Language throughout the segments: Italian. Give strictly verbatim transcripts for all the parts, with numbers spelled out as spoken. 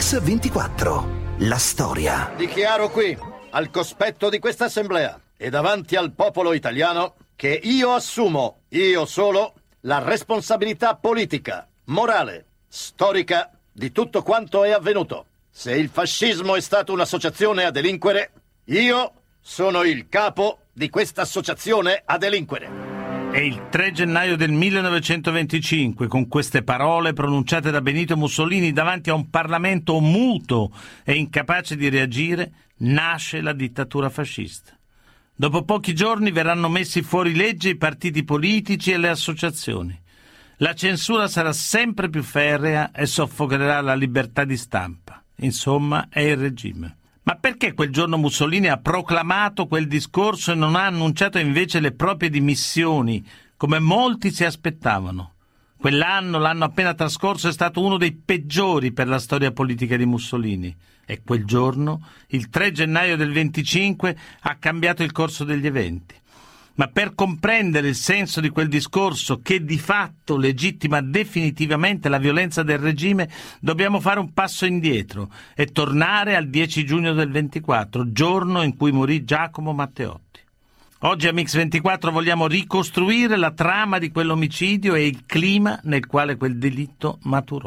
Mix ventiquattro. La storia. Dichiaro qui, al cospetto di questa assemblea e davanti al popolo italiano, che io assumo, io solo, la responsabilità politica, morale, storica di tutto quanto è avvenuto. Se il fascismo è stato un'associazione a delinquere, io sono il capo di questa associazione a delinquere. È il tre gennaio del millenovecentoventicinque, con queste parole pronunciate da Benito Mussolini davanti a un Parlamento muto e incapace di reagire, nasce la dittatura fascista. Dopo pochi giorni verranno messi fuori legge i partiti politici e le associazioni. La censura sarà sempre più ferrea e soffocherà la libertà di stampa. Insomma, è il regime. Ma perché quel giorno Mussolini ha proclamato quel discorso e non ha annunciato invece le proprie dimissioni, come molti si aspettavano? Quell'anno, l'anno appena trascorso, è stato uno dei peggiori per la storia politica di Mussolini. E quel giorno, il tre gennaio del venticinque, ha cambiato il corso degli eventi. Ma per comprendere il senso di quel discorso, che di fatto legittima definitivamente la violenza del regime, dobbiamo fare un passo indietro e tornare al dieci giugno del ventiquattro, giorno in cui morì Giacomo Matteotti. Oggi a Mix ventiquattro vogliamo ricostruire la trama di quell'omicidio e il clima nel quale quel delitto maturò.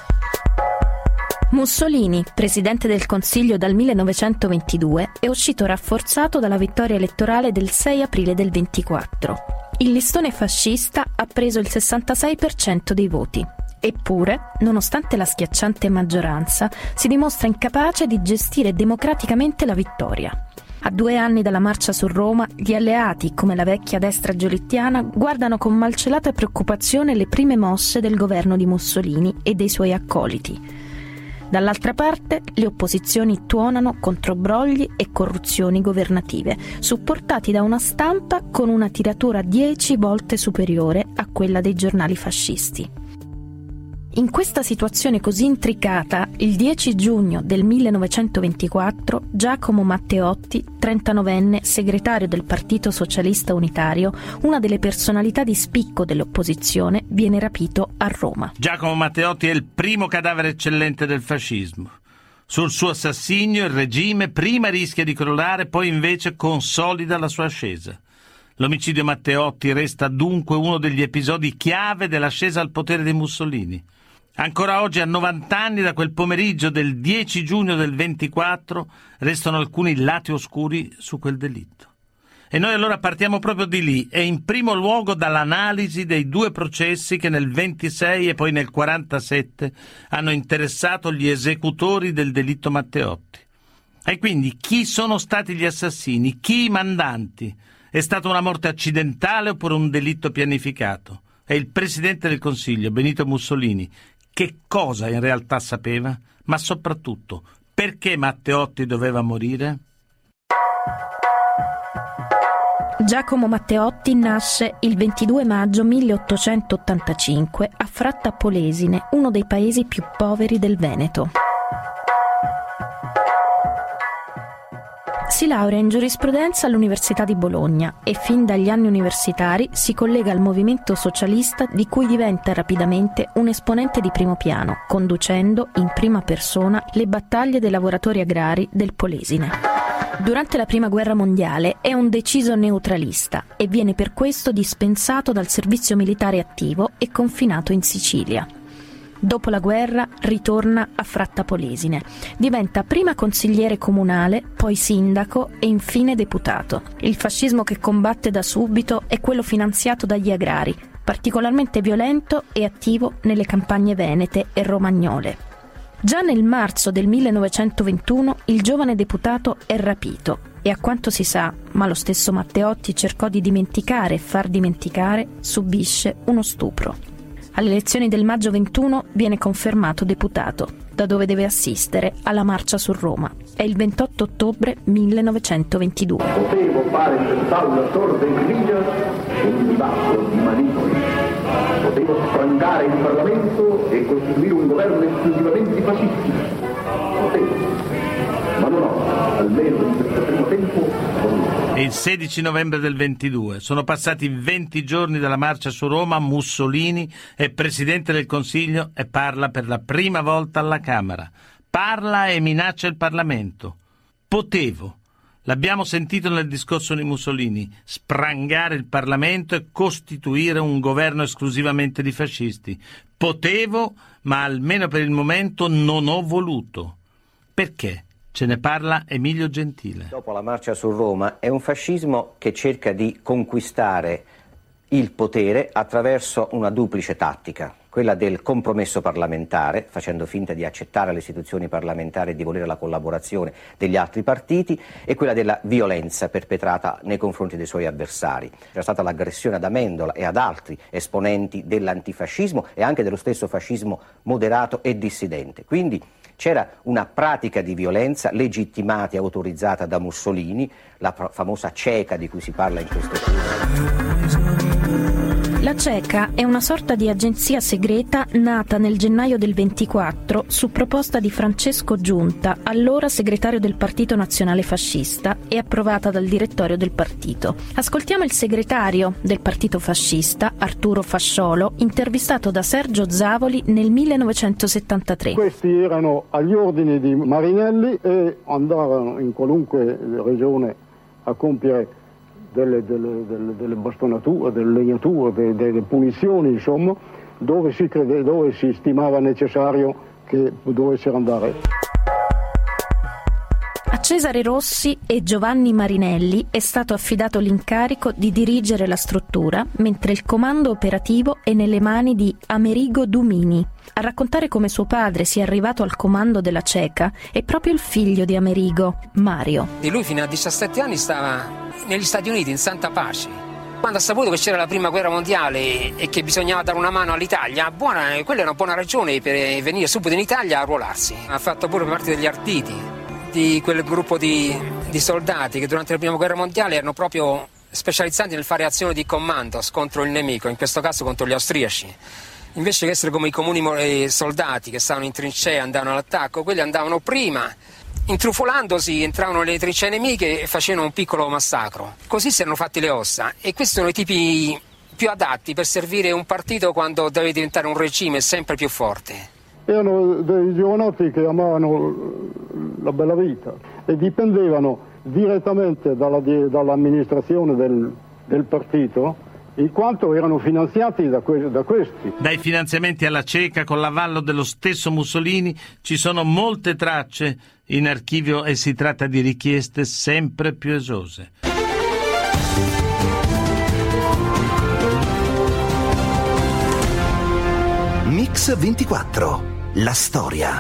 Mussolini, presidente del Consiglio dal millenovecentoventidue, è uscito rafforzato dalla vittoria elettorale del sei aprile del ventiquattro. Il listone fascista ha preso il sessantasei per cento dei voti. Eppure, nonostante la schiacciante maggioranza, si dimostra incapace di gestire democraticamente la vittoria. A due anni dalla marcia su Roma, gli alleati, come la vecchia destra giolittiana, guardano con malcelata preoccupazione le prime mosse del governo di Mussolini e dei suoi accoliti. Dall'altra parte, le opposizioni tuonano contro brogli e corruzioni governative, supportati da una stampa con una tiratura dieci volte superiore a quella dei giornali fascisti. In questa situazione così intricata, il dieci giugno del millenovecentoventiquattro, Giacomo Matteotti, trentanovenne, segretario del Partito Socialista Unitario, una delle personalità di spicco dell'opposizione, viene rapito a Roma. Giacomo Matteotti è il primo cadavere eccellente del fascismo. Sul suo assassinio il regime prima rischia di crollare, poi invece consolida la sua ascesa. L'omicidio Matteotti resta dunque uno degli episodi chiave dell'ascesa al potere di Mussolini. Ancora oggi, a novanta anni da quel pomeriggio del dieci giugno del ventiquattro, restano alcuni lati oscuri su quel delitto. E noi allora partiamo proprio di lì, e in primo luogo dall'analisi dei due processi che nel ventisei e poi nel quarantasette hanno interessato gli esecutori del delitto Matteotti. E quindi chi sono stati gli assassini? Chi i mandanti? È stata una morte accidentale oppure un delitto pianificato? E il Presidente del Consiglio, Benito Mussolini, che cosa in realtà sapeva? Ma soprattutto, perché Matteotti doveva morire? Giacomo Matteotti nasce il ventidue maggio milleottocentottantacinque a Fratta Polesine, uno dei paesi più poveri del Veneto. Si laurea in giurisprudenza all'Università di Bologna e fin dagli anni universitari si collega al movimento socialista, di cui diventa rapidamente un esponente di primo piano, conducendo in prima persona le battaglie dei lavoratori agrari del Polesine. Durante la Prima Guerra Mondiale è un deciso neutralista e viene per questo dispensato dal servizio militare attivo e confinato in Sicilia. Dopo la guerra ritorna a Fratta Polesine. Diventa prima consigliere comunale, poi sindaco e infine deputato. Il fascismo che combatte da subito è quello finanziato dagli agrari, particolarmente violento e attivo nelle campagne venete e romagnole. Già nel marzo del millenovecentoventuno il giovane deputato è rapito e, a quanto si sa, ma lo stesso Matteotti cercò di dimenticare e far dimenticare, subisce uno stupro. Alle elezioni del maggio ventuno viene confermato deputato, da dove deve assistere alla marcia su Roma. È il ventotto ottobre millenovecentoventidue. Potevo fare quest'aula sorda e grigia un dibattito di manipoli. Potevo sprangare il Parlamento e costituire un governo esclusivamente fascistico. Potevo, ma non ho, almeno in questo primo tempo, È il sedici novembre del ventidue. Sono passati venti giorni dalla marcia su Roma. Mussolini è Presidente del Consiglio e parla per la prima volta alla Camera. parla e minaccia il Parlamento. Potevo, l'abbiamo sentito nel discorso di Mussolini, sprangare il Parlamento e costituire un governo esclusivamente di fascisti. Potevo, ma almeno per il momento non ho voluto. Perché? Ce ne parla Emilio Gentile. Dopo la marcia su Roma è un fascismo che cerca di conquistare il potere attraverso una duplice tattica, quella del compromesso parlamentare, facendo finta di accettare le istituzioni parlamentari e di volere la collaborazione degli altri partiti, e quella della violenza perpetrata nei confronti dei suoi avversari. C'era stata l'aggressione ad Amendola e ad altri esponenti dell'antifascismo e anche dello stesso fascismo moderato e dissidente. Quindi c'era una pratica di violenza legittimata e autorizzata da Mussolini, la famosa Ceca di cui si parla in questo film. La Ceca è una sorta di agenzia segreta nata nel gennaio del ventiquattro su proposta di Francesco Giunta, allora segretario del Partito Nazionale Fascista, e approvata dal direttorio del partito. Ascoltiamo il segretario del Partito Fascista, Arturo Fasciolo, intervistato da Sergio Zavoli nel millenovecentosettantatré. Questi erano agli ordini di Marinelli e andavano in qualunque regione a compiere delle, delle, delle, delle bastonature, delle legnature, delle, delle punizioni, insomma, dove si, crede, dove si stimava necessario che dovessero andare. A Cesare Rossi e Giovanni Marinelli è stato affidato l'incarico di dirigere la struttura, mentre il comando operativo è nelle mani di Amerigo Dumini. A raccontare come suo padre sia arrivato al comando della Ceca è proprio il figlio di Amerigo, Mario. E lui fino a diciassette anni stava negli Stati Uniti, in Santa Pace. Quando ha saputo che c'era la prima guerra mondiale e che bisognava dare una mano all'Italia, buona, quella è una buona ragione per venire subito in Italia a arruolarsi. Ha fatto pure parte degli Arditi, di quel gruppo di, di soldati che durante la prima guerra mondiale erano proprio specializzati nel fare azioni di comando contro il nemico, in questo caso contro gli austriaci. Invece che essere come i comuni soldati che stavano in trincea e andavano all'attacco, quelli andavano prima, intrufolandosi, entravano nelle trincee nemiche e facevano un piccolo massacro. Così si erano fatti le ossa, e questi sono i tipi più adatti per servire un partito quando deve diventare un regime sempre più forte. Erano dei giovanotti che amavano la bella vita e dipendevano direttamente dalla, dall'amministrazione del, del partito, in quanto erano finanziati da, que- da questi. Dai finanziamenti alla Ceca con l'avallo dello stesso Mussolini ci sono molte tracce in archivio e si tratta di richieste sempre più esose. Mix ventiquattro, la storia.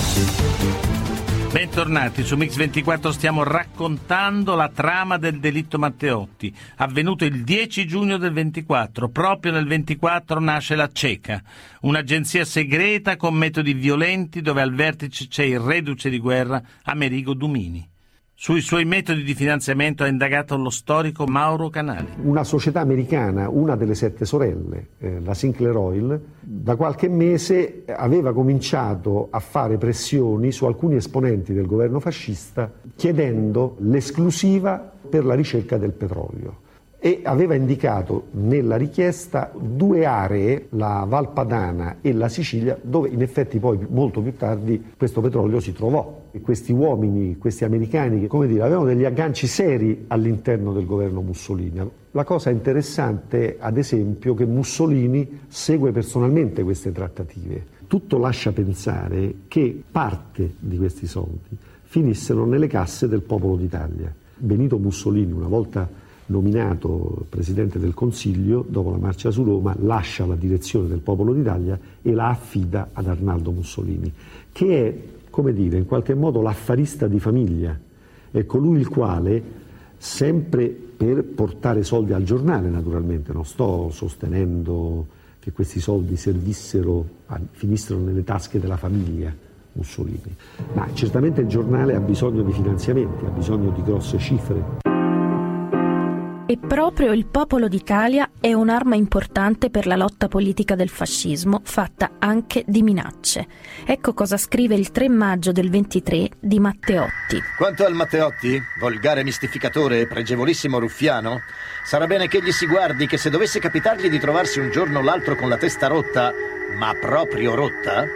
Bentornati, su Mix ventiquattro stiamo raccontando la trama del delitto Matteotti, avvenuto il dieci giugno del ventiquattro. Proprio nel ventiquattro nasce la Ceca, un'agenzia segreta con metodi violenti dove al vertice c'è il reduce di guerra Amerigo Dumini. Sui suoi metodi di finanziamento ha indagato lo storico Mauro Canali. Una società americana, una delle sette sorelle, eh, la Sinclair Oil, da qualche mese aveva cominciato a fare pressioni su alcuni esponenti del governo fascista chiedendo l'esclusiva per la ricerca del petrolio. E aveva indicato nella richiesta due aree, la Val Padana e la Sicilia, dove in effetti poi molto più tardi questo petrolio si trovò. E questi uomini, questi americani, che come dire, avevano degli agganci seri all'interno del governo Mussolini. La cosa interessante, ad esempio, che Mussolini segue personalmente queste trattative. Tutto lascia pensare che parte di questi soldi finissero nelle casse del Popolo d'Italia. Benito Mussolini, una volta nominato Presidente del Consiglio, dopo la marcia su Roma, lascia la direzione del Popolo d'Italia e la affida ad Arnaldo Mussolini, che è, come dire, in qualche modo l'affarista di famiglia. È colui il quale, sempre per portare soldi al giornale, naturalmente, non sto sostenendo che questi soldi servissero, a, finissero nelle tasche della famiglia Mussolini, ma certamente il giornale ha bisogno di finanziamenti, ha bisogno di grosse cifre. E proprio il Popolo d'Italia è un'arma importante per la lotta politica del fascismo, fatta anche di minacce. Ecco cosa scrive il tre maggio del ventitré di Matteotti. Quanto al Matteotti, volgare mistificatore e pregevolissimo ruffiano, sarà bene che egli si guardi che se dovesse capitargli di trovarsi un giorno o l'altro con la testa rotta, ma proprio rotta,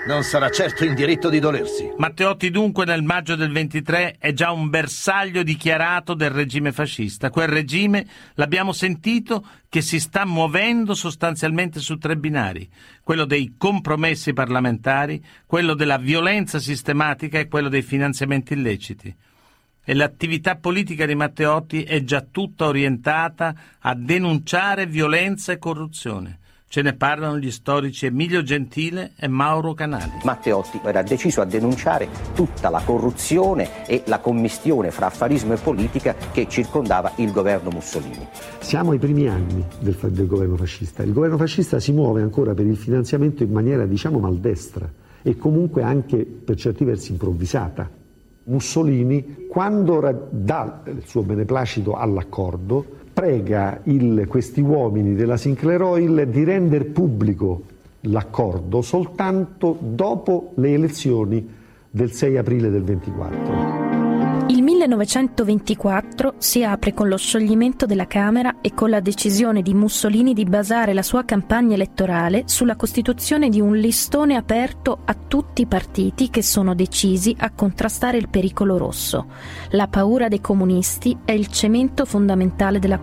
non sarà certo in diritto di dolersi. Matteotti dunque nel maggio del ventitré è già un bersaglio dichiarato del regime fascista. Quel regime, l'abbiamo sentito, che si sta muovendo sostanzialmente su tre binari: quello dei compromessi parlamentari, quello della violenza sistematica e quello dei finanziamenti illeciti. E l'attività politica di Matteotti è già tutta orientata a denunciare violenza e corruzione. Ce ne parlano gli storici Emilio Gentile e Mauro Canali. Matteotti era deciso a denunciare tutta la corruzione e la commistione fra affarismo e politica che circondava il governo Mussolini. Siamo ai primi anni del, del governo fascista. Il governo fascista si muove ancora per il finanziamento in maniera, diciamo, maldestra e comunque anche per certi versi improvvisata. Mussolini, quando dà il suo beneplacito all'accordo, prega il, questi uomini della Sinclair Oil di rendere pubblico l'accordo soltanto dopo le elezioni del sei aprile del ventiquattro. Il millenovecentoventiquattro si apre con lo scioglimento della Camera e con la decisione di Mussolini di basare la sua campagna elettorale sulla costituzione di un listone aperto a tutti i partiti che sono decisi a contrastare il pericolo rosso. La paura dei comunisti è il cemento fondamentale della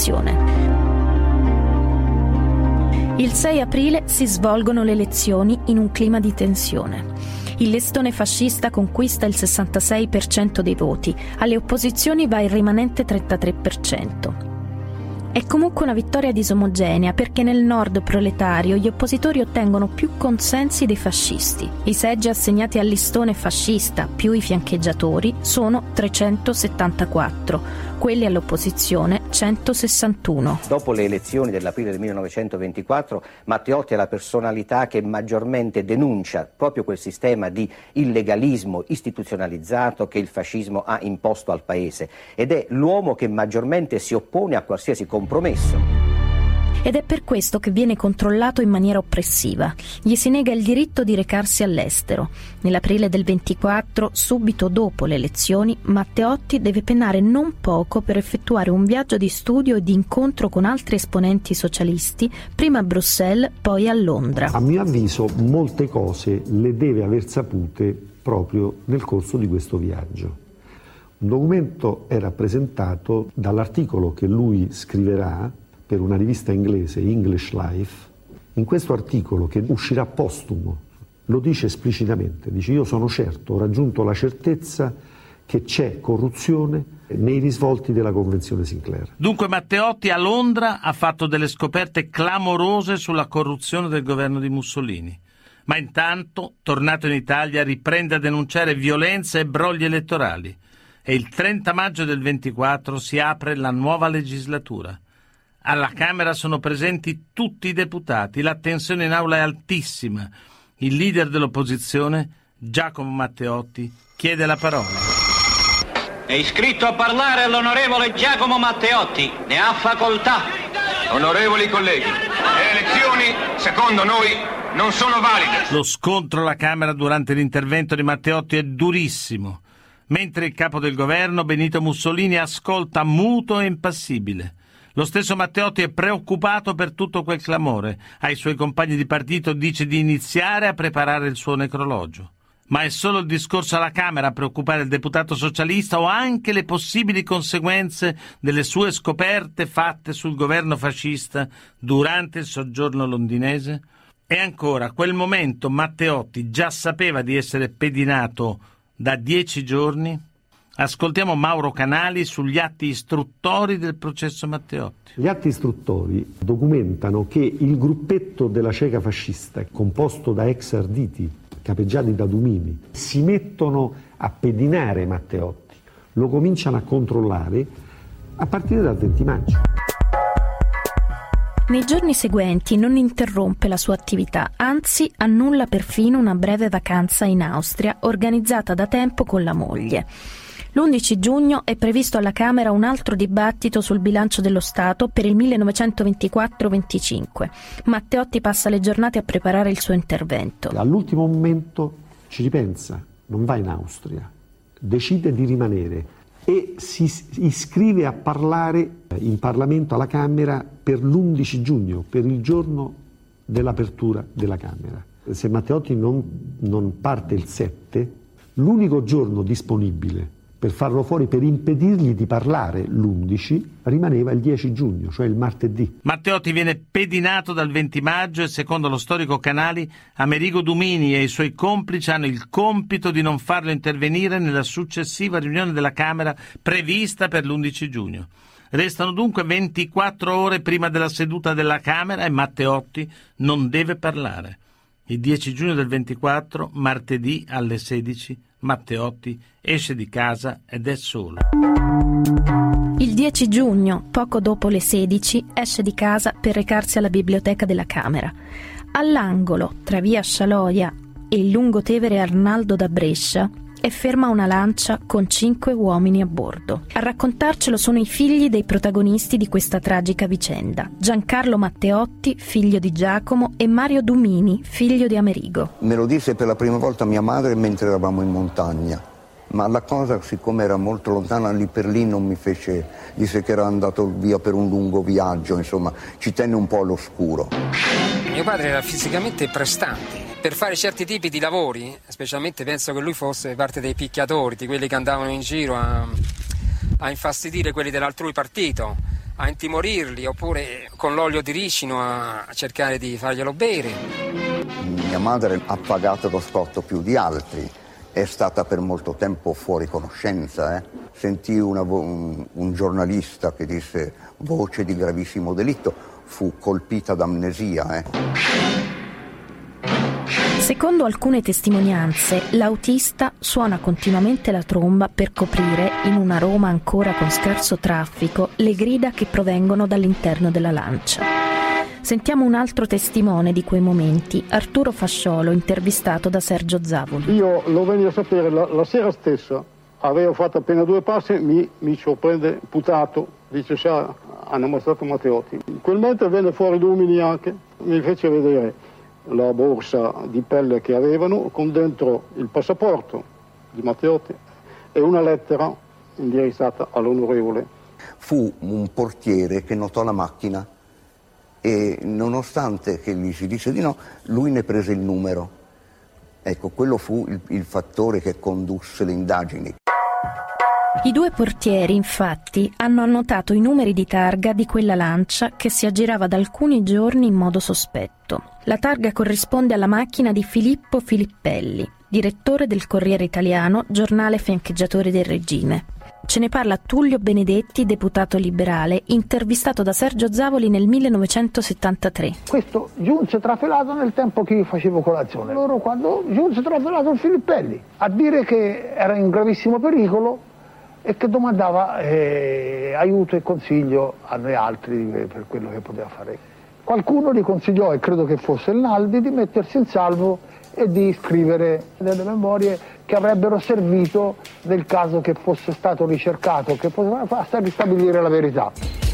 coalizione. Il sei aprile si svolgono le elezioni in un clima di tensione. Il listone fascista conquista il sessantasei per cento dei voti, alle opposizioni va il rimanente trentatré per cento. È comunque una vittoria disomogenea perché nel nord proletario gli oppositori ottengono più consensi dei fascisti. I seggi assegnati al listone fascista più i fiancheggiatori sono trecentosettantaquattro, quelli all'opposizione centosessantuno. Dopo le elezioni dell'aprile del millenovecentoventiquattro, Matteotti è la personalità che maggiormente denuncia proprio quel sistema di illegalismo istituzionalizzato che il fascismo ha imposto al paese ed è l'uomo che maggiormente si oppone a qualsiasi compromesso. Ed è per questo che viene controllato in maniera oppressiva. Gli si nega il diritto di recarsi all'estero. Nell'aprile del ventiquattro, subito dopo le elezioni, Matteotti deve penare non poco per effettuare un viaggio di studio e di incontro con altri esponenti socialisti, prima a Bruxelles, poi a Londra. A mio avviso molte cose le deve aver sapute proprio nel corso di questo viaggio. Un documento è rappresentato dall'articolo che lui scriverà per una rivista inglese, English Life. In questo articolo, che uscirà postumo, lo dice esplicitamente, dice: io sono certo, ho raggiunto la certezza che c'è corruzione nei risvolti della Convenzione Sinclair. Dunque Matteotti a Londra ha fatto delle scoperte clamorose sulla corruzione del governo di Mussolini, ma intanto, tornato in Italia, riprende a denunciare violenza e brogli elettorali e il trenta maggio del ventiquattro si apre la nuova legislatura. Alla Camera sono presenti tutti i deputati, la tensione in aula è altissima. Il leader dell'opposizione, Giacomo Matteotti, chiede la parola. È iscritto a parlare l'onorevole Giacomo Matteotti, ne ha facoltà. Onorevoli colleghi, le elezioni, secondo noi, non sono valide. Lo scontro alla Camera durante l'intervento di Matteotti è durissimo, mentre il capo del governo, Benito Mussolini, ascolta muto e impassibile. Lo stesso Matteotti è preoccupato per tutto quel clamore. Ai suoi compagni di partito dice di iniziare a preparare il suo necrologio. Ma è solo il discorso alla Camera a preoccupare il deputato socialista o anche le possibili conseguenze delle sue scoperte fatte sul governo fascista durante il soggiorno londinese? E ancora, a quel momento Matteotti già sapeva di essere pedinato da dieci giorni? Ascoltiamo Mauro Canali sugli atti istruttori del processo Matteotti. Gli atti istruttori documentano che il gruppetto della Ceca fascista, composto da ex arditi capeggiati da Dumini, si mettono a pedinare Matteotti, lo cominciano a controllare a partire dal venti maggio. Nei giorni seguenti non interrompe la sua attività, anzi annulla perfino una breve vacanza in Austria organizzata da tempo con la moglie. L'undici giugno è previsto alla Camera un altro dibattito sul bilancio dello Stato per il millenovecentoventiquattro venticinque. Matteotti passa le giornate a preparare il suo intervento. All'ultimo momento ci ripensa, non va in Austria, decide di rimanere e si iscrive a parlare in Parlamento alla Camera per l'undici giugno, per il giorno dell'apertura della Camera. Se Matteotti non, non parte il sette, l'unico giorno disponibile per farlo fuori, per impedirgli di parlare l'undici, rimaneva il dieci giugno, cioè il martedì. Matteotti viene pedinato dal venti maggio e secondo lo storico Canali, Amerigo Dumini e i suoi complici hanno il compito di non farlo intervenire nella successiva riunione della Camera prevista per l'undici giugno. Restano dunque ventiquattro ore prima della seduta della Camera e Matteotti non deve parlare. Il dieci giugno del ventiquattro, martedì alle sedici, Matteotti esce di casa ed è solo. Il dieci giugno, poco dopo le sedici, esce di casa per recarsi alla biblioteca della Camera. All'angolo, tra via Scialoia e il lungotevere Arnaldo da Brescia, è ferma una lancia con cinque uomini a bordo. A raccontarcelo sono i figli dei protagonisti di questa tragica vicenda: Giancarlo Matteotti, figlio di Giacomo, e Mario Dumini, figlio di Amerigo. Me lo disse per la prima volta mia madre mentre eravamo in montagna, ma la cosa, siccome era molto lontana, lì per lì non mi fece, disse che era andato via per un lungo viaggio, insomma ci tenne un po' all'oscuro. Mio padre era fisicamente prestante. Per fare certi tipi di lavori, specialmente penso che lui fosse parte dei picchiatori, di quelli che andavano in giro a, a infastidire quelli dell'altrui partito, a intimorirli, oppure con l'olio di ricino a, a cercare di farglielo bere. Mia madre ha pagato lo scotto più di altri, è stata per molto tempo fuori conoscenza. Eh. Sentii una, un, un giornalista che disse voce di gravissimo delitto, fu colpita d'amnesia. Eh. Secondo alcune testimonianze, l'autista suona continuamente la tromba per coprire, in una Roma ancora con scarso traffico, le grida che provengono dall'interno della lancia. Sentiamo un altro testimone di quei momenti, Arturo Fasciolo, intervistato da Sergio Zavoli. Io lo venni a sapere la, la sera stessa, avevo fatto appena due passi, mi, mi sorprende putato, dice sa, hanno mostrato Matteotti. In quel momento venne fuori Dumini anche, mi fece vedere la borsa di pelle che avevano con dentro il passaporto di Matteotti e una lettera indirizzata all'onorevole. Fu un portiere che notò la macchina e nonostante che gli si disse di no, lui ne prese il numero. Ecco, quello fu il, il fattore che condusse le indagini. I due portieri, infatti, hanno annotato i numeri di targa di quella lancia che si aggirava da alcuni giorni in modo sospetto. La targa corrisponde alla macchina di Filippo Filippelli, direttore del Corriere Italiano, giornale fiancheggiatore del regime. Ce ne parla Tullio Benedetti, deputato liberale, intervistato da Sergio Zavoli nel millenovecentosettantatré. Questo giunse trafelato nel tempo che io facevo colazione. Loro quando giunse trafelato il Filippelli a dire che era in gravissimo pericolo e che domandava eh, aiuto e consiglio a noi altri eh, per quello che poteva fare. Qualcuno gli consigliò, e credo che fosse il Naldi, di mettersi in salvo e di scrivere delle memorie che avrebbero servito nel caso che fosse stato ricercato, che poteva ristabilire la verità.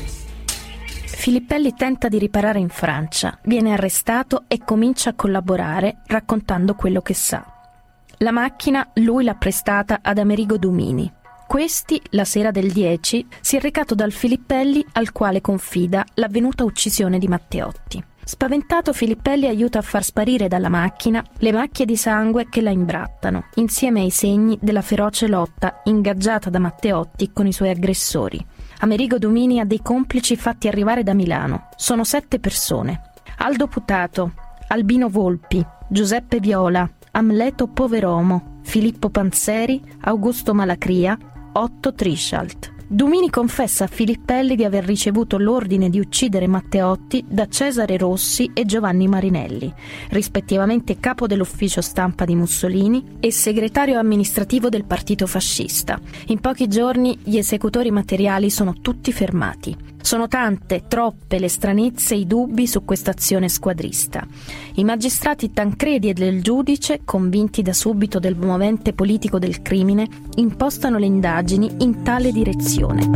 Filippelli tenta di riparare in Francia, viene arrestato e comincia a collaborare raccontando quello che sa. La macchina lui l'ha prestata ad Amerigo Dumini. Questi, la sera del dieci, si è recato dal Filippelli al quale confida l'avvenuta uccisione di Matteotti. Spaventato, Filippelli aiuta a far sparire dalla macchina le macchie di sangue che la imbrattano, insieme ai segni della feroce lotta ingaggiata da Matteotti con i suoi aggressori. Amerigo Dumini ha dei complici fatti arrivare da Milano. Sono sette persone: Aldo Putato, Albino Volpi, Giuseppe Viola, Amleto Poveromo, Filippo Panzeri, Augusto Malacria, Otto Trischalt. Dumini confessa a Filippelli di aver ricevuto l'ordine di uccidere Matteotti da Cesare Rossi e Giovanni Marinelli, rispettivamente capo dell'ufficio stampa di Mussolini e segretario amministrativo del partito fascista. In pochi giorni gli esecutori materiali sono tutti fermati. Sono tante, troppe le stranezze e i dubbi su questa azione squadrista. I magistrati Tancredi e del giudice, convinti da subito del movente politico del crimine, impostano le indagini in tale direzione.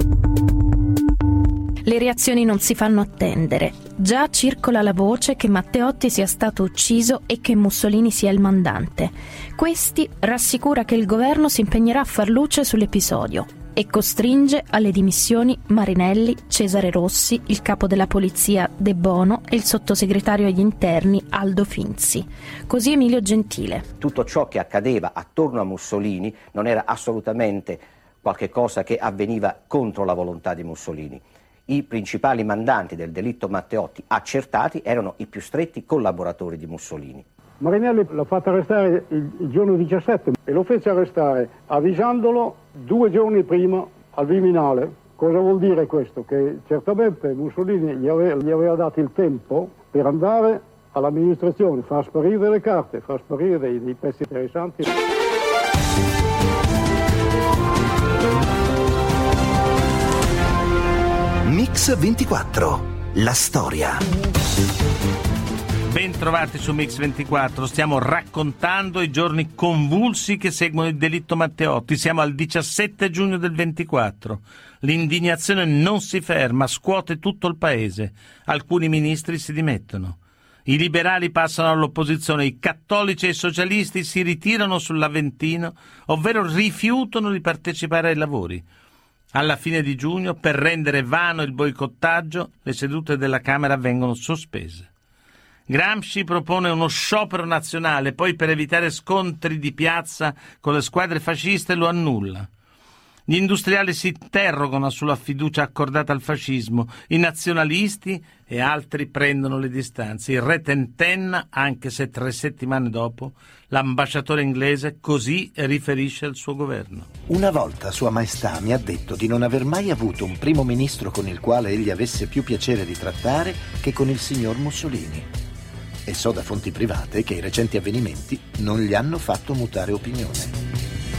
Le reazioni non si fanno attendere. Già circola la voce che Matteotti sia stato ucciso e che Mussolini sia il mandante. Questi rassicura che il governo si impegnerà a far luce sull'episodio. e costringe alle dimissioni Marinelli, Cesare Rossi, il capo della polizia De Bono e il sottosegretario agli interni Aldo Finzi. Così Emilio Gentile. Tutto ciò che accadeva attorno a Mussolini non era assolutamente qualche cosa che avveniva contro la volontà di Mussolini. I principali mandanti del delitto Matteotti accertati erano i più stretti collaboratori di Mussolini. Marinelli l'ha fatto arrestare il, il giorno diciassette e lo fece arrestare avvisandolo due giorni prima al Viminale. Cosa vuol dire questo? Che certamente Mussolini gli aveva, gli aveva dato il tempo per andare all'amministrazione, far sparire le carte, far sparire dei, dei pezzi interessanti. Mix ventiquattro, la storia. Ben trovati su Mix ventiquattro, stiamo raccontando i giorni convulsi che seguono il delitto Matteotti. Siamo al diciassette giugno del ventiquattro. L'indignazione non si ferma, scuote tutto il paese. Alcuni ministri si dimettono. I liberali passano all'opposizione, i cattolici e i socialisti si ritirano sull'Aventino, ovvero rifiutano di partecipare ai lavori. Alla fine di giugno, per rendere vano il boicottaggio, le sedute della Camera vengono sospese. Gramsci propone uno sciopero nazionale, poi per evitare scontri di piazza con le squadre fasciste lo annulla. Gli industriali si interrogano sulla fiducia accordata al fascismo, i nazionalisti e altri prendono le distanze. Il re tentenna, anche se tre settimane dopo l'ambasciatore inglese così riferisce al suo governo. Una volta Sua Maestà mi ha detto di non aver mai avuto un primo ministro con il quale egli avesse più piacere di trattare che con il signor Mussolini. E so da fonti private che i recenti avvenimenti non gli hanno fatto mutare opinione.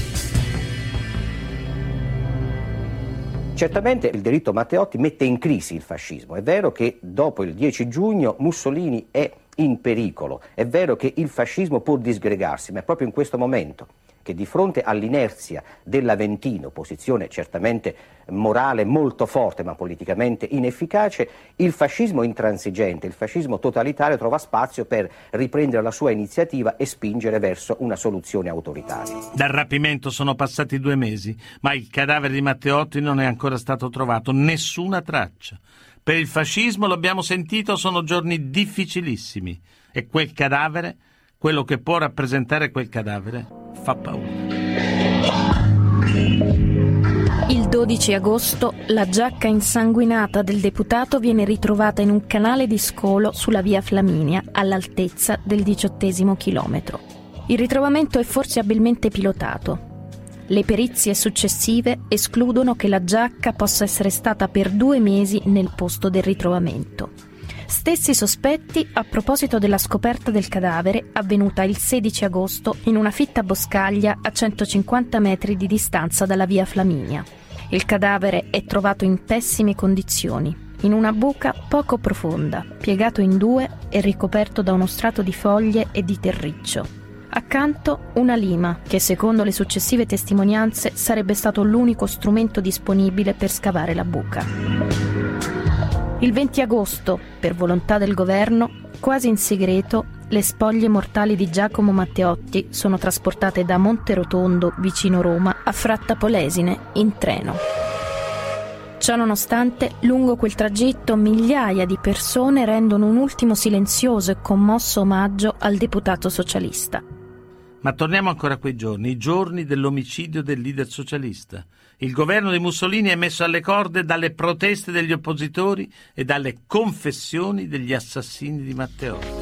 Certamente il delitto Matteotti mette in crisi il fascismo. È vero che dopo il dieci giugno Mussolini è in pericolo, è vero che il fascismo può disgregarsi, ma è proprio in questo momento che di fronte all'inerzia dell'Aventino, posizione certamente morale molto forte ma politicamente inefficace, il fascismo intransigente, il fascismo totalitario trova spazio per riprendere la sua iniziativa e spingere verso una soluzione autoritaria. Dal rapimento sono passati due mesi, ma il cadavere di Matteotti non è ancora stato trovato, nessuna traccia. Per il fascismo, lo abbiamo sentito, sono giorni difficilissimi e quel cadavere, quello che può rappresentare quel cadavere, fa paura. Il dodici agosto la giacca insanguinata del deputato viene ritrovata in un canale di scolo sulla via Flaminia, all'altezza del diciottesimo chilometro. Il ritrovamento è forse abilmente pilotato. Le perizie successive escludono che la giacca possa essere stata per due mesi nel posto del ritrovamento. Stessi sospetti a proposito della scoperta del cadavere avvenuta il sedici agosto in una fitta boscaglia a centocinquanta metri di distanza dalla via Flaminia. Il cadavere è trovato in pessime condizioni, in una buca poco profonda, piegato in due e ricoperto da uno strato di foglie e di terriccio. Accanto una lima, che secondo le successive testimonianze sarebbe stato l'unico strumento disponibile per scavare la buca. Il venti agosto, per volontà del governo, quasi in segreto, le spoglie mortali di Giacomo Matteotti sono trasportate da Monterotondo, vicino Roma, a Fratta Polesine, in treno. Ciononostante, lungo quel tragitto migliaia di persone rendono un ultimo silenzioso e commosso omaggio al deputato socialista. Ma torniamo ancora a quei giorni, i giorni dell'omicidio del leader socialista. Il governo di Mussolini è messo alle corde dalle proteste degli oppositori e dalle confessioni degli assassini di Matteotti.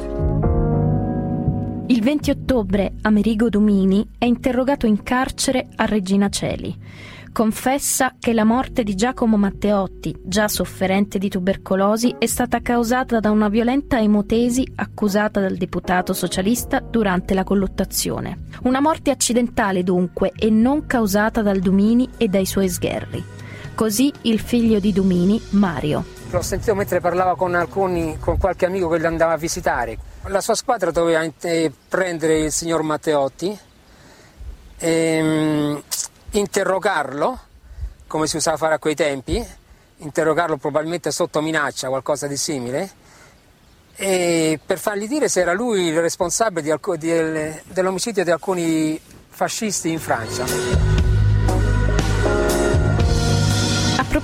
Il venti ottobre Amerigo Dumini è interrogato in carcere a Regina Coeli. Confessa che la morte di Giacomo Matteotti, già sofferente di tubercolosi, è stata causata da una violenta emotesi accusata dal deputato socialista durante la colluttazione. Una morte accidentale dunque e non causata dal Dumini e dai suoi sgherri. Così il figlio di Dumini, Mario. L'ho sentito mentre parlava con alcuni, con qualche amico che lo andava a visitare. La sua squadra doveva prendere il signor Matteotti e interrogarlo, come si usava fare a quei tempi, interrogarlo probabilmente sotto minaccia, qualcosa di simile, e per fargli dire se era lui il responsabile di alc- di, dell'omicidio di alcuni fascisti in Francia.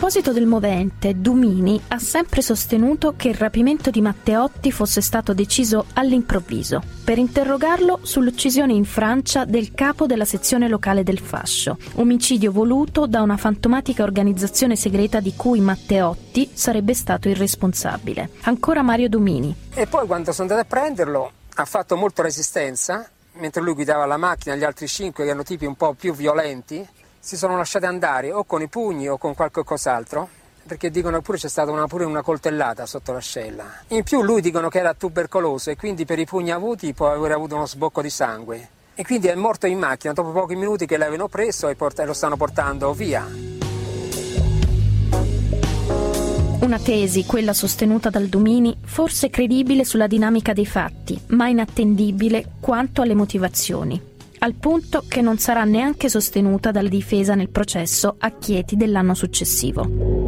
proposito del movente, Dumini ha sempre sostenuto che il rapimento di Matteotti fosse stato deciso all'improvviso, per interrogarlo sull'uccisione in Francia del capo della sezione locale del fascio, omicidio voluto da una fantomatica organizzazione segreta di cui Matteotti sarebbe stato il responsabile. Ancora Mario Dumini. E poi quando sono andato a prenderlo ha fatto molta resistenza, mentre lui guidava la macchina, gli altri cinque, che erano tipi un po' più violenti, si sono lasciati andare o con i pugni o con qualche cos'altro, perché dicono che pure c'è stata una, pure una coltellata sotto l'ascella. In più lui dicono che era tubercoloso e quindi per i pugni avuti può aver avuto uno sbocco di sangue. E quindi è morto in macchina dopo pochi minuti che l'avevano preso e port- lo stanno portando via. Una tesi, quella sostenuta dal Dumini, forse credibile sulla dinamica dei fatti, ma inattendibile quanto alle motivazioni, al punto che non sarà neanche sostenuta dalla difesa nel processo a Chieti dell'anno successivo.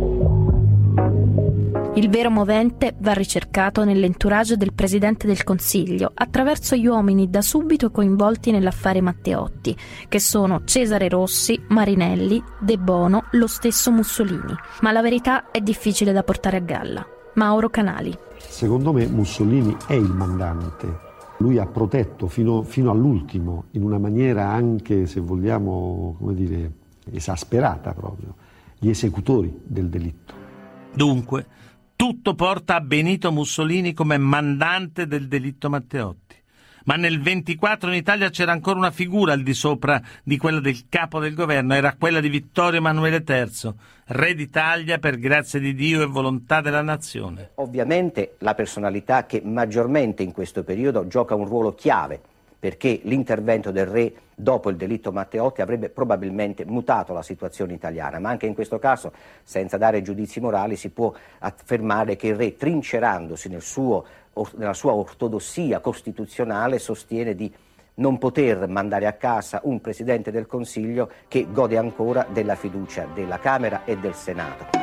Il vero movente va ricercato nell'entourage del Presidente del Consiglio attraverso gli uomini da subito coinvolti nell'affare Matteotti, che sono Cesare Rossi, Marinelli, De Bono, lo stesso Mussolini. Ma la verità è difficile da portare a galla. Mauro Canali. Secondo me Mussolini è il mandante. Lui ha protetto fino, fino all'ultimo, in una maniera anche, se vogliamo, come dire, esasperata proprio, gli esecutori del delitto. Dunque, tutto porta a Benito Mussolini come mandante del delitto Matteotti. Ma nel ventiquattro in Italia c'era ancora una figura al di sopra di quella del capo del governo, era quella di Vittorio Emanuele terzo, re d'Italia per grazia di Dio e volontà della nazione. Ovviamente la personalità che maggiormente in questo periodo gioca un ruolo chiave, perché l'intervento del re dopo il delitto Matteotti avrebbe probabilmente mutato la situazione italiana, ma anche in questo caso, senza dare giudizi morali, si può affermare che il re, trincerandosi nel suo, nella sua ortodossia costituzionale, sostiene di non poter mandare a casa un Presidente del Consiglio che gode ancora della fiducia della Camera e del Senato.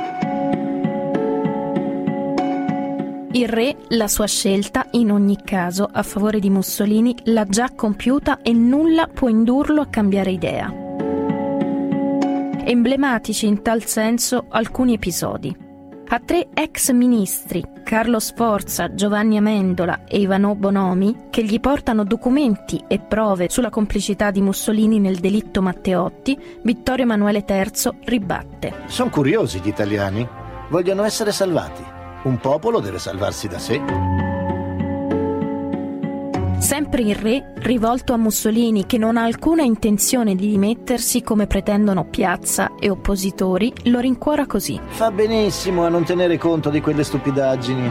Il re, la sua scelta, in ogni caso, a favore di Mussolini, l'ha già compiuta e nulla può indurlo a cambiare idea. Emblematici in tal senso alcuni episodi. A tre ex ministri, Carlo Sforza, Giovanni Amendola e Ivano Bonomi, che gli portano documenti e prove sulla complicità di Mussolini nel delitto Matteotti, Vittorio Emanuele terzo ribatte. Sono curiosi gli italiani, vogliono essere salvati. Un popolo deve salvarsi da sé. Sempre il re, rivolto a Mussolini, che non ha alcuna intenzione di dimettersi come pretendono Piazza e oppositori, lo rincuora così. Fa benissimo a non tenere conto di quelle stupidaggini.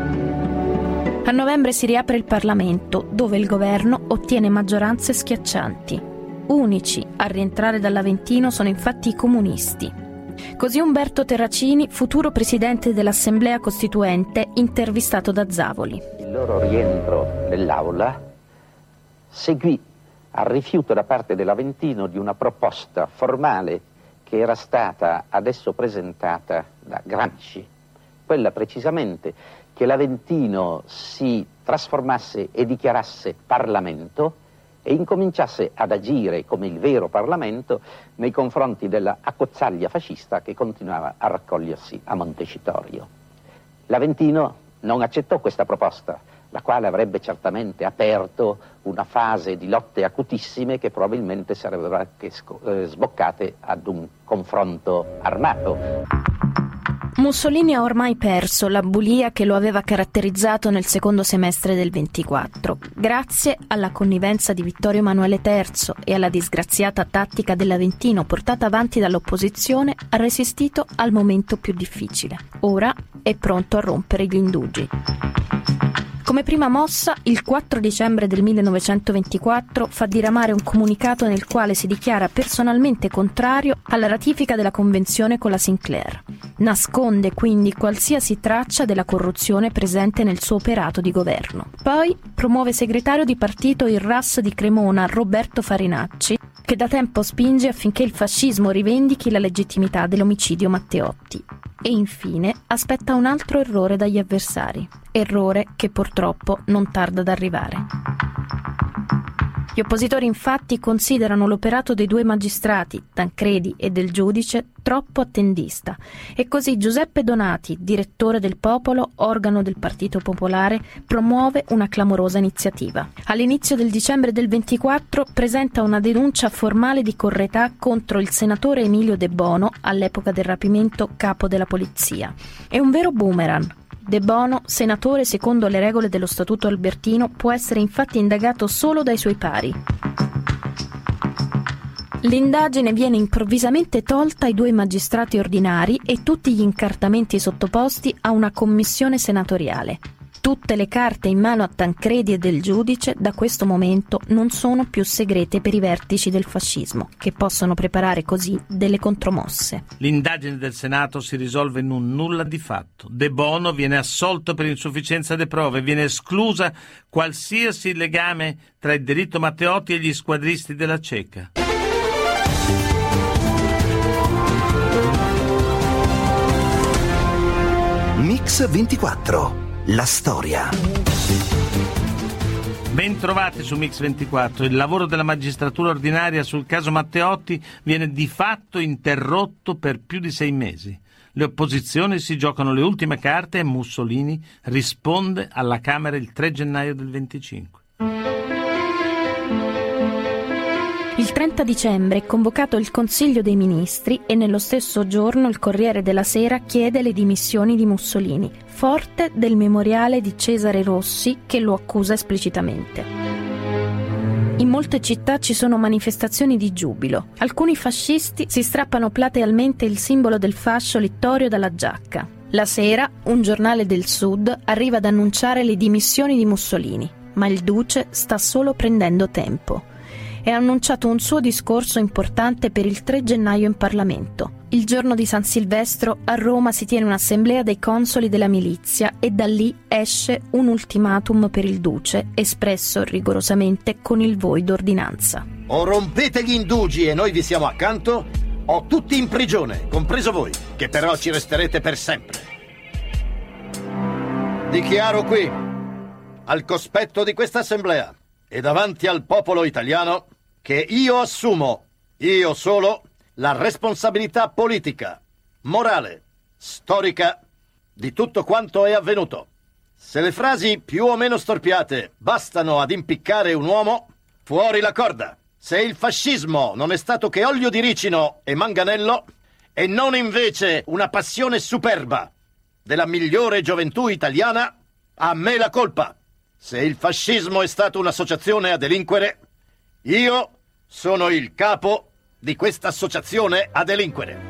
A novembre si riapre il Parlamento, dove il governo ottiene maggioranze schiaccianti. Unici a rientrare dall'Aventino sono infatti i comunisti. Così Umberto Terracini, futuro presidente dell'Assemblea Costituente, intervistato da Zavoli. Il loro rientro nell'aula seguì al rifiuto da parte dell'Aventino di una proposta formale che era stata adesso presentata da Gramsci, quella precisamente che l'Aventino si trasformasse e dichiarasse Parlamento e incominciasse ad agire come il vero Parlamento nei confronti della accozzaglia fascista che continuava a raccogliersi a Montecitorio. L'Aventino non accettò questa proposta, la quale avrebbe certamente aperto una fase di lotte acutissime che probabilmente sarebbero anche sboccate ad un confronto armato. Mussolini ha ormai perso la bulia che lo aveva caratterizzato nel secondo semestre del ventiquattro. Grazie alla connivenza di Vittorio Emanuele terzo e alla disgraziata tattica dell'Aventino portata avanti dall'opposizione, ha resistito al momento più difficile. Ora è pronto a rompere gli indugi. Come prima mossa, il quattro dicembre del millenovecentoventiquattro fa diramare un comunicato nel quale si dichiara personalmente contrario alla ratifica della convenzione con la Sinclair. Nasconde quindi qualsiasi traccia della corruzione presente nel suo operato di governo. Poi promuove segretario di partito il R A S di Cremona Roberto Farinacci, che da tempo spinge affinché il fascismo rivendichi la legittimità dell'omicidio Matteotti. E infine aspetta un altro errore dagli avversari, errore che purtroppo non tarda ad arrivare. Gli oppositori infatti considerano l'operato dei due magistrati, Tancredi e del giudice, troppo attendista e così Giuseppe Donati, direttore del Popolo, organo del Partito Popolare, promuove una clamorosa iniziativa. All'inizio del dicembre del ventiquattro presenta una denuncia formale di correità contro il senatore Emilio De Bono, all'epoca del rapimento capo della polizia. È un vero boomerang. De Bono, senatore secondo le regole dello Statuto Albertino, può essere infatti indagato solo dai suoi pari. L'indagine viene improvvisamente tolta ai due magistrati ordinari e tutti gli incartamenti sottoposti a una commissione senatoriale. Tutte le carte in mano a Tancredi e del giudice da questo momento non sono più segrete per i vertici del fascismo, che possono preparare così delle contromosse. L'indagine del Senato si risolve in un nulla di fatto. De Bono viene assolto per insufficienza delle prove, viene esclusa qualsiasi legame tra il delitto Matteotti e gli squadristi della Ceca. Mix ventiquattro. La storia. Ben trovati su Mix ventiquattro. Il lavoro della magistratura ordinaria sul caso Matteotti viene di fatto interrotto per più di sei mesi. Le opposizioni si giocano le ultime carte e Mussolini risponde alla Camera il tre gennaio del venticinque. Il trenta dicembre è convocato il Consiglio dei Ministri e nello stesso giorno il Corriere della Sera chiede le dimissioni di Mussolini, forte del memoriale di Cesare Rossi che lo accusa esplicitamente. In molte città ci sono manifestazioni di giubilo. Alcuni fascisti si strappano platealmente il simbolo del fascio littorio dalla giacca. La sera, un giornale del Sud arriva ad annunciare le dimissioni di Mussolini, ma il duce sta solo prendendo tempo. È annunciato un suo discorso importante per il tre gennaio in Parlamento. Il giorno di San Silvestro a Roma si tiene un'assemblea dei consoli della milizia e da lì esce un ultimatum per il duce, espresso rigorosamente con il voi d'ordinanza. O rompete gli indugi e noi vi siamo accanto, o tutti in prigione, compreso voi, che però ci resterete per sempre. Dichiaro qui, al cospetto di questa assemblea e davanti al popolo italiano, che io assumo, io solo, la responsabilità politica, morale, storica di tutto quanto è avvenuto. Se le frasi più o meno storpiate bastano ad impiccare un uomo, fuori la corda. Se il fascismo non è stato che olio di ricino e manganello, e non invece una passione superba della migliore gioventù italiana, a me la colpa. Se il fascismo è stato un'associazione a delinquere, io sono il capo di questa associazione a delinquere.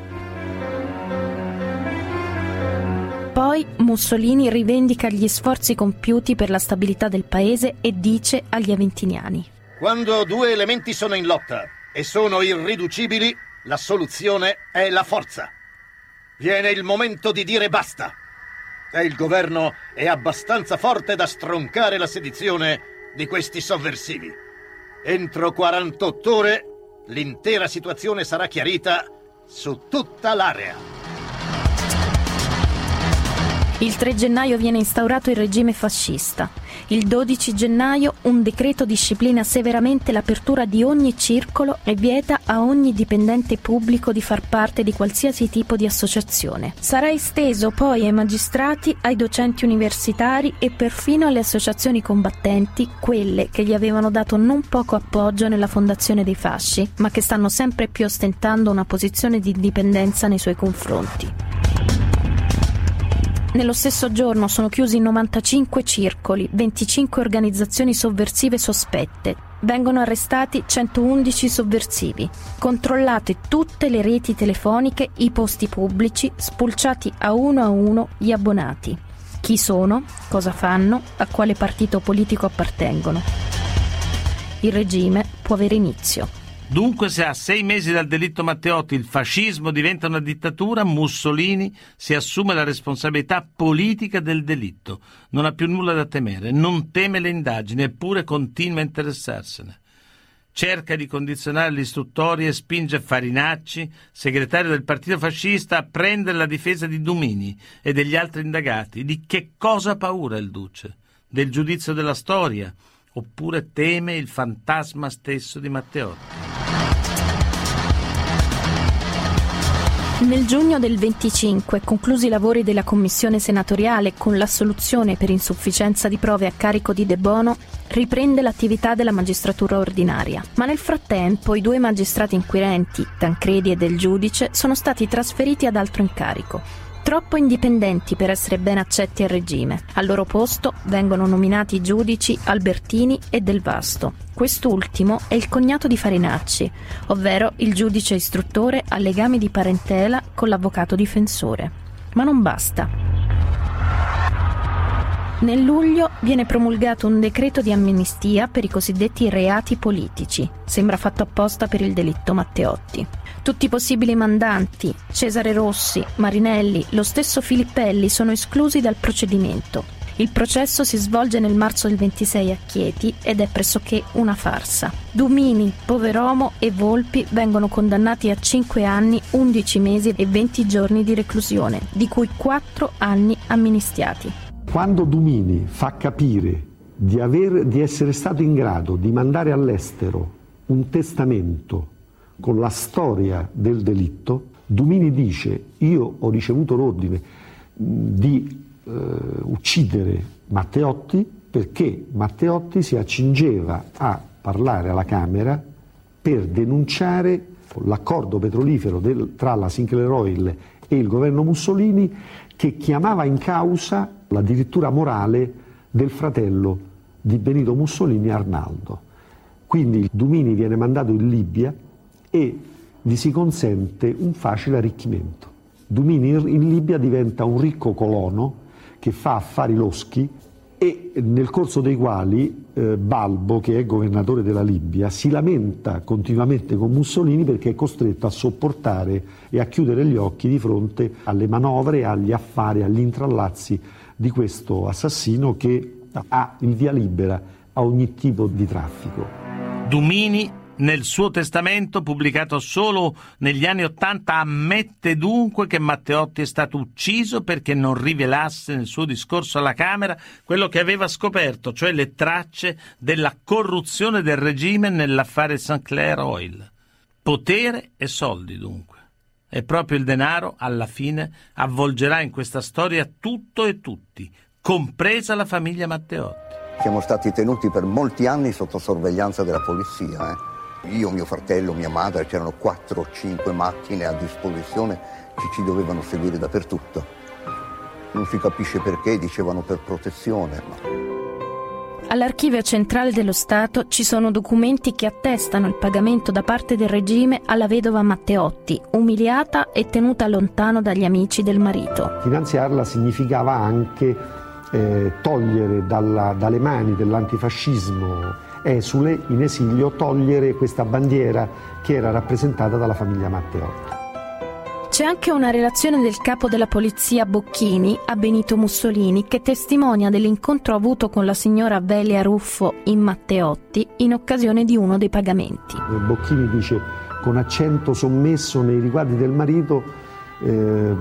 Poi Mussolini rivendica gli sforzi compiuti per la stabilità del paese e dice agli aventiniani: quando due elementi sono in lotta e sono irriducibili, la soluzione è la forza. Viene il momento di dire basta. E il governo è abbastanza forte da stroncare la sedizione di questi sovversivi. Entro quarantotto ore l'intera situazione sarà chiarita su tutta l'area. Il tre gennaio viene instaurato il regime fascista. Il dodici gennaio un decreto disciplina severamente l'apertura di ogni circolo e vieta a ogni dipendente pubblico di far parte di qualsiasi tipo di associazione. Sarà esteso poi ai magistrati, ai docenti universitari e perfino alle associazioni combattenti, quelle che gli avevano dato non poco appoggio nella fondazione dei fasci, ma che stanno sempre più ostentando una posizione di indipendenza nei suoi confronti. Nello stesso giorno sono chiusi novantacinque circoli, venticinque organizzazioni sovversive sospette. Vengono arrestati centoundici sovversivi. Controllate tutte le reti telefoniche, i posti pubblici, spulciati a uno a uno gli abbonati. Chi sono? Cosa fanno? A quale partito politico appartengono? Il regime può avere inizio. Dunque, se a sei mesi dal delitto Matteotti il fascismo diventa una dittatura, Mussolini si assume la responsabilità politica del delitto. Non ha più nulla da temere, non teme le indagini, eppure continua a interessarsene. Cerca di condizionare l'istruttoria e spinge Farinacci, segretario del partito fascista, a prendere la difesa di Dumini e degli altri indagati. Di che cosa ha paura il duce? Del giudizio della storia? oppure teme il fantasma stesso di Matteotti. Nel giugno del venticinque, conclusi i lavori della commissione senatoriale con l'assoluzione per insufficienza di prove a carico di De Bono, riprende l'attività della magistratura ordinaria. Ma nel frattempo i due magistrati inquirenti, Tancredi e Del Giudice, sono stati trasferiti ad altro incarico. Troppo indipendenti per essere ben accetti al regime. Al loro posto vengono nominati i giudici Albertini e Del Vasto. Quest'ultimo è il cognato di Farinacci, ovvero il giudice istruttore a legami di parentela con l'avvocato difensore. Ma non basta. Nel luglio viene promulgato un decreto di amnistia per i cosiddetti reati politici. Sembra fatto apposta per il delitto Matteotti. Tutti i possibili mandanti, Cesare Rossi, Marinelli, lo stesso Filippelli, sono esclusi dal procedimento. Il processo si svolge nel marzo del ventisei a Chieti ed è pressoché una farsa. Dumini, Poveromo e Volpi vengono condannati a cinque anni, undici mesi e venti giorni di reclusione, di cui quattro anni amnistiati. Quando Dumini fa capire di, aver, di essere stato in grado di mandare all'estero un testamento con la storia del delitto, Dumini dice: io ho ricevuto l'ordine di eh, uccidere Matteotti perché Matteotti si accingeva a parlare alla Camera per denunciare l'accordo petrolifero del, tra la Sinclair Oil e il governo Mussolini, che chiamava in causa l'addirittura morale del fratello di Benito Mussolini, Arnaldo. Quindi Dumini viene mandato in Libia e gli si consente un facile arricchimento. Dumini in Libia diventa un ricco colono che fa affari loschi e nel corso dei quali eh, Balbo, che è governatore della Libia, si lamenta continuamente con Mussolini perché è costretto a sopportare e a chiudere gli occhi di fronte alle manovre, agli affari, agli intrallazzi di questo assassino che ha il via libera a ogni tipo di traffico. Dumini, nel suo testamento, pubblicato solo negli anni Ottanta, ammette dunque che Matteotti è stato ucciso perché non rivelasse nel suo discorso alla Camera quello che aveva scoperto, cioè le tracce della corruzione del regime nell'affare Sinclair Oil. Potere e soldi, dunque. E proprio il denaro, alla fine, avvolgerà in questa storia tutto e tutti, compresa la famiglia Matteotti. Siamo stati tenuti per molti anni sotto sorveglianza della polizia, eh? Io, mio fratello, mia madre, c'erano quattro o cinque macchine a disposizione che ci dovevano seguire dappertutto. Non si capisce perché, dicevano per protezione. Ma... All'Archivio Centrale dello Stato ci sono documenti che attestano il pagamento da parte del regime alla vedova Matteotti, umiliata e tenuta lontano dagli amici del marito. Finanziarla significava anche eh, togliere dalla, dalle mani dell'antifascismo esule in esilio, togliere questa bandiera che era rappresentata dalla famiglia Matteotti. C'è anche una relazione del capo della polizia Bocchini a Benito Mussolini che testimonia dell'incontro avuto con la signora Velia Ruffo in Matteotti in occasione di uno dei pagamenti. Bocchini dice con accento sommesso nei riguardi del marito, eh,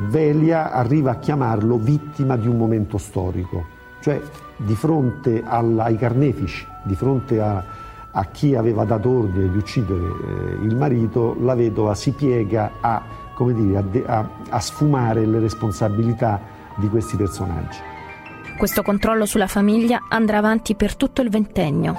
Velia arriva a chiamarlo vittima di un momento storico, cioè di fronte alla, ai carnefici, di fronte a, a chi aveva dato ordine di uccidere eh, il marito, la vedova si piega a, come dire, a, de, a, a sfumare le responsabilità di questi personaggi. Questo controllo sulla famiglia andrà avanti per tutto il ventennio.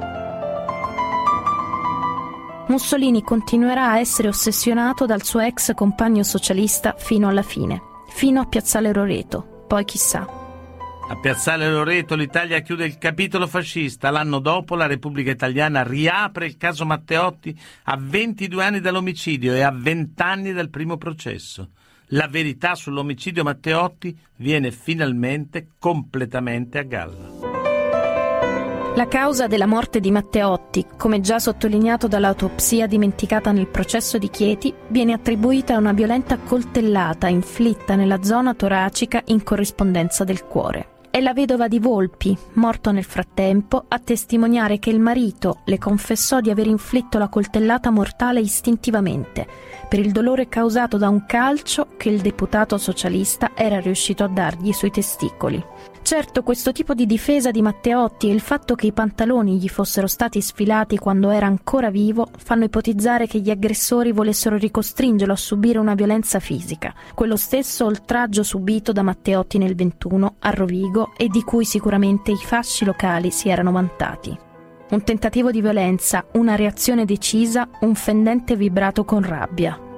Mussolini continuerà a essere ossessionato dal suo ex compagno socialista fino alla fine, fino a Piazzale Loreto, poi chissà. A Piazzale Loreto l'Italia chiude il capitolo fascista. L'anno dopo la Repubblica Italiana riapre il caso Matteotti a ventidue anni dall'omicidio e a venti anni dal primo processo. La verità sull'omicidio Matteotti viene finalmente completamente a galla. La causa della morte di Matteotti, come già sottolineato dall'autopsia dimenticata nel processo di Chieti, viene attribuita a una violenta coltellata inflitta nella zona toracica in corrispondenza del cuore. È la vedova di Volpi, morto nel frattempo, a testimoniare che il marito le confessò di aver inflitto la coltellata mortale istintivamente, per il dolore causato da un calcio che il deputato socialista era riuscito a dargli sui testicoli. Certo, questo tipo di difesa di Matteotti e il fatto che i pantaloni gli fossero stati sfilati quando era ancora vivo fanno ipotizzare che gli aggressori volessero ricostringerlo a subire una violenza fisica, quello stesso oltraggio subito da Matteotti nel ventuno a Rovigo e di cui sicuramente i fasci locali si erano vantati. Un tentativo di violenza, una reazione decisa, un fendente vibrato con rabbia.